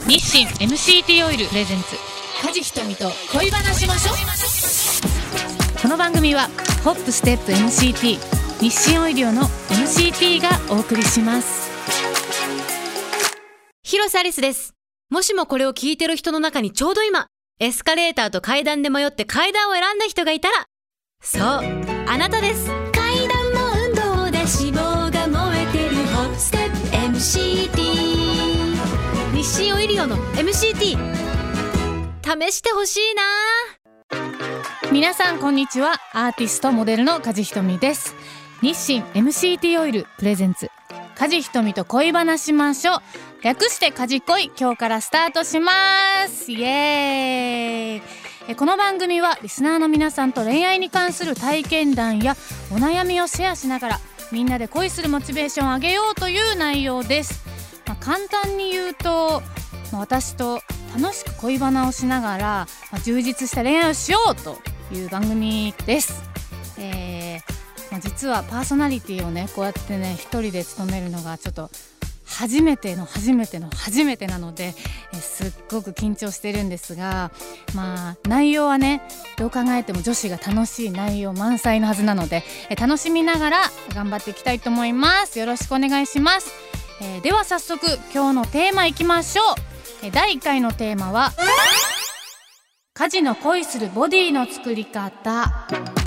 日清 MCT オイルプレゼンツ梶ひとみと恋話しましょこの番組はホップステップ MCT 日清オイリオの MCT がお送りします。 広瀬アリスです。もしもこれを聞いてる人の中にちょうど今エスカレーターと階段で迷って階段を選んだ人がいたら、そうあなたです。階段の運動で脂肪が燃えてるホップステップ MCT 日清オイリオの MCT 試してほしいな。 皆さんこんにちは。アーティストモデルの梶ひとみです。日清 MCT オイルプレゼンツ梶ひとみと恋話しましょう、略して梶恋、今日からスタートします。イエーイ。この番組はリスナーの皆さんと恋愛に関する体験談やお悩みをシェアしながらみんなで恋するモチベーションを上げようという内容です。簡単に言うと、私と楽しく恋バナをしながら、充実した恋愛をしようという番組です。実はパーソナリティをね、こうやってね一人で務めるのがちょっと初めてなので、すっごく緊張してるんですが、内容はねどう考えても女子が楽しい内容満載のはずなので、楽しみながら頑張っていきたいと思います。よろしくお願いします。では早速今日のテーマいきましょう。第1回のテーマは梶の恋するボディの作り方。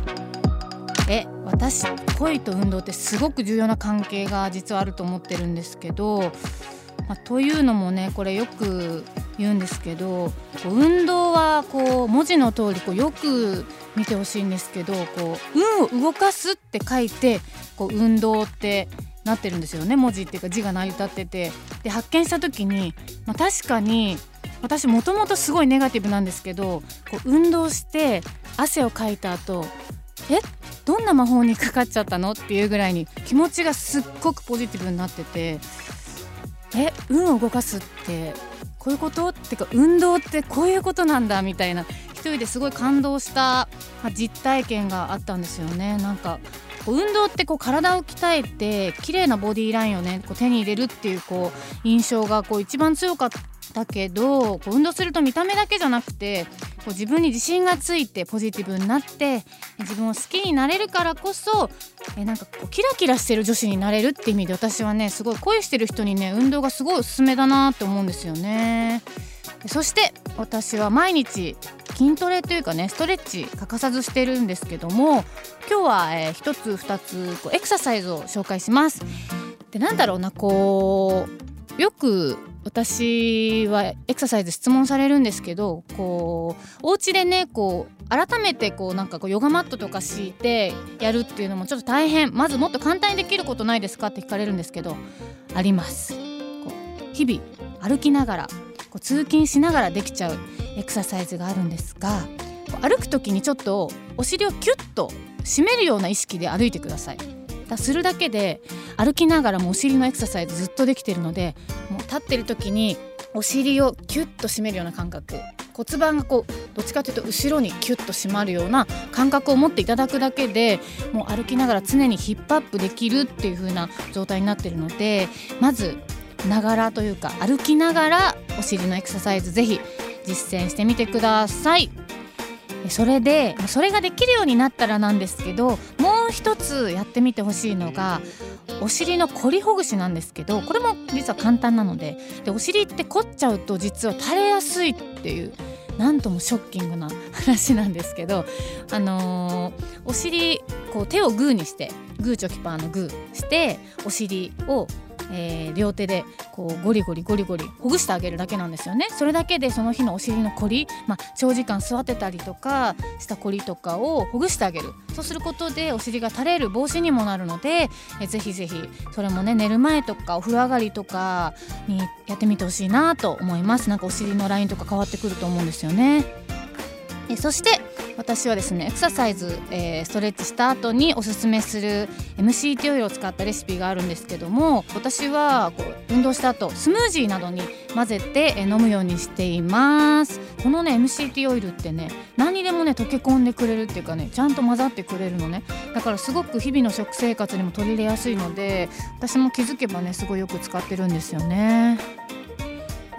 私恋と運動ってすごく重要な関係が実はあると思ってるんですけど、というのもね、これよく言うんですけど、運動は文字の通りよく見てほしいんですけど、運を動かすって書いて運動ってなってるんですよね。文字っていうか字が成り立ってて、で発見した時に、確かに私もともとすごいネガティブなんですけど、運動して汗をかいた後、どんな魔法にかかっちゃったのっていうぐらいに気持ちがすっごくポジティブになってて、運を動かすってこういうことってか、運動ってこういうことなんだみたいな、一人ですごい感動した実体験があったんですよね。なんか運動って体を鍛えて綺麗なボディラインをね手に入れるっていう印象が一番強かったけど、運動すると見た目だけじゃなくて自分に自信がついてポジティブになって自分を好きになれるからこそ、キラキラしてる女子になれるって意味で、私はねすごい恋してる人にね運動がすごいおすすめだなって思うんですよね。そして私は毎日筋トレというかねストレッチ欠かさずしてるんですけども、今日は一つ二つエクササイズを紹介します。で、なんだろうな、よく私はエクササイズ質問されるんですけど、お家でね改めてヨガマットとか敷いてやるっていうのもちょっと大変、まずもっと簡単にできることないですかって聞かれるんですけど、あります。日々歩きながら通勤しながらできちゃうエクササイズがあるんですが、歩く時にちょっとお尻をキュッと締めるような意識で歩いてください。するだけで歩きながらもお尻のエクササイズずっとできてるので、もう立ってる時にお尻をキュッと締めるような感覚、骨盤がどっちかというと後ろにキュッと締まるような感覚を持っていただくだけで、もう歩きながら常にヒップアップできるっていう風な状態になってるので、まずながらというか歩きながらお尻のエクササイズぜひ実践してみてください。それができるようになったらなんですけど、もう一つやってみてほしいのがお尻の凝りほぐしなんですけど、これも実は簡単なので、お尻って凝っちゃうと実は垂れやすいっていう、なんともショッキングな話なんですけど、お尻手をグーにして、グーチョキパーのグーしてお尻を両手でゴリゴリほぐしてあげるだけなんですよね。それだけでその日のお尻の凝り、長時間座ってたりとかした凝りとかをほぐしてあげる。そうすることでお尻が垂れる防止にもなるので、ぜひぜひそれもね寝る前とかお風呂上がりとかにやってみてほしいなと思います。なんかお尻のラインとか変わってくると思うんですよね。そして私はですねエクササイズ、ストレッチした後におすすめする MCT オイルを使ったレシピがあるんですけども、私は運動した後スムージーなどに混ぜて飲むようにしています。このね MCT オイルってね何にでもね溶け込んでくれるっていうかね、ちゃんと混ざってくれるのね。だからすごく日々の食生活にも取り入れやすいので、私も気づけばねすごいよく使ってるんですよね。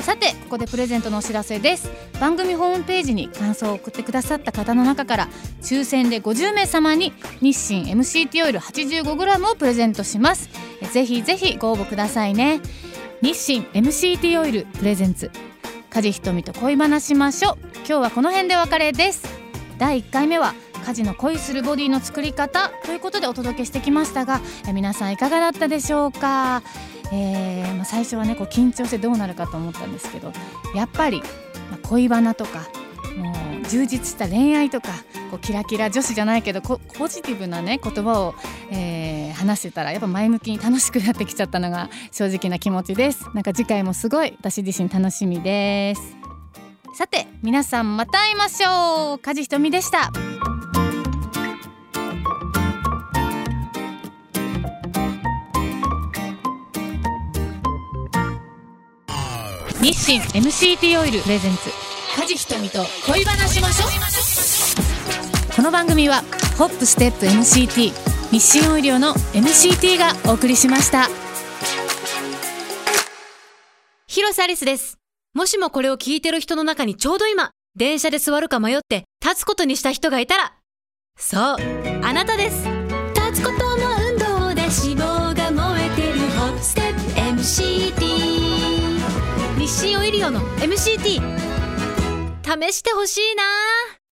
さてここでプレゼントのお知らせです。番組ホームページに感想を送ってくださった方の中から抽選で50名様に日清 MCT オイル 85g をプレゼントします。ぜひぜひご応募くださいね。日清 MCT オイルプレゼンツ梶ひとみと恋話しましょう。今日はこの辺でお別れです。第1回目は家事の恋するボディの作り方ということでお届けしてきましたが、皆さんいかがだったでしょうか。最初はね緊張してどうなるかと思ったんですけど、やっぱり、恋バナとかもう充実した恋愛とかキラキラ女子じゃないけどポジティブなね言葉を、話してたらやっぱ前向きに楽しくなってきちゃったのが正直な気持ちです。なんか次回もすごい私自身楽しみです。さて皆さんまた会いましょう。梶ひとみでした。日清 MCT オイルプレゼンツ梶ひとみと恋話しましょう。 この番組はホップステップ MCT 日清オイリオの MCT がお送りしました。 広瀬アリスです。もしもこれを聞いてる人の中にちょうど今電車で座るか迷って立つことにした人がいたら、そうあなたです。立つことの運動で脂肪が燃えてるホップステップ MCT 日清オイリオの MCT 試してほしいな。